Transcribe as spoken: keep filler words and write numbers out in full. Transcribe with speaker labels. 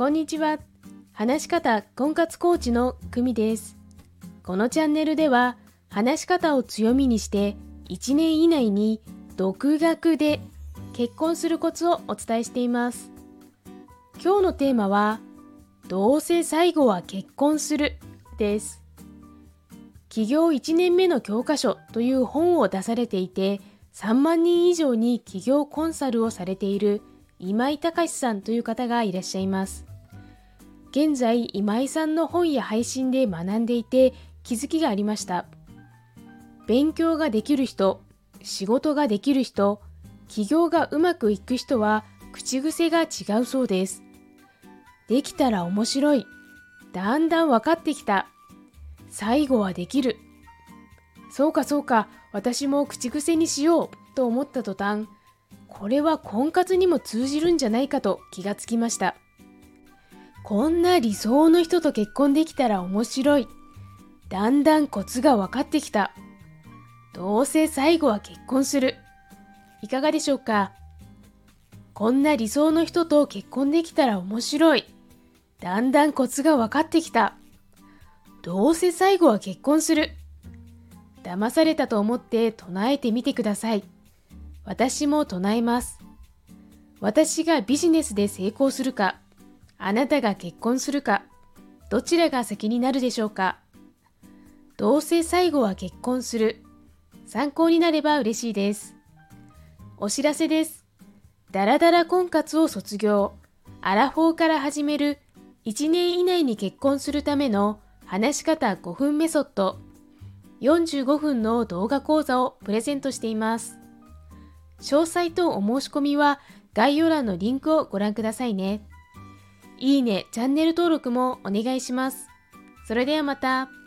Speaker 1: こんにちは。話し方婚活コーチの久美です。このチャンネルでは話し方を強みにしていちねん以内に独学で結婚するコツをお伝えしています。今日のテーマはどうせ最後は結婚するです。起業いちねんめの教科書という本を出されていてさんまんにん以上に起業コンサルをされている今井隆さんという方がいらっしゃいます。現在今井さんの本や配信で学んでいて気づきがありました。勉強ができる人、仕事ができる人、起業がうまくいく人は口癖が違うそうです。できたら面白い。だんだん分かってきた。最後はできる。そうかそうか、私も口癖にしようと思った途端、これは婚活にも通じるんじゃないかと気がつきました。こんな理想の人と結婚できたら面白い。だんだんコツが分かってきた。どうせ最後は結婚する。いかがでしょうか。こんな理想の人と結婚できたら面白い。だんだんコツが分かってきた。どうせ最後は結婚する。騙されたと思って唱えてみてください。私も唱えます。私がビジネスで成功するか、あなたが結婚するか、どちらが先になるでしょうか。どうせ最後は結婚する。参考になれば嬉しいです。お知らせです。ダラダラ婚活を卒業、アラフォーから始めるいちねん以内に結婚するための話し方ごふんメソッド、よんじゅうごふんの動画講座をプレゼントしています。詳細とお申し込みは概要欄のリンクをご覧くださいね。いいね、チャンネル登録もお願いします。それではまた。